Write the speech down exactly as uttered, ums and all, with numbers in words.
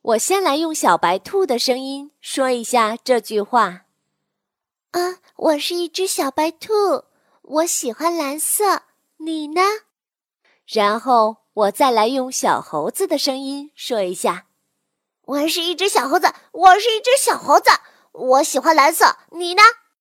我先来用小白兔的声音说一下这句话。 啊，我是一只小白兔，我喜欢蓝色，你呢？ 然后我再来用小猴子的声音说一下。 我是一只小猴子，我是一只小猴子，我喜欢蓝色，你呢？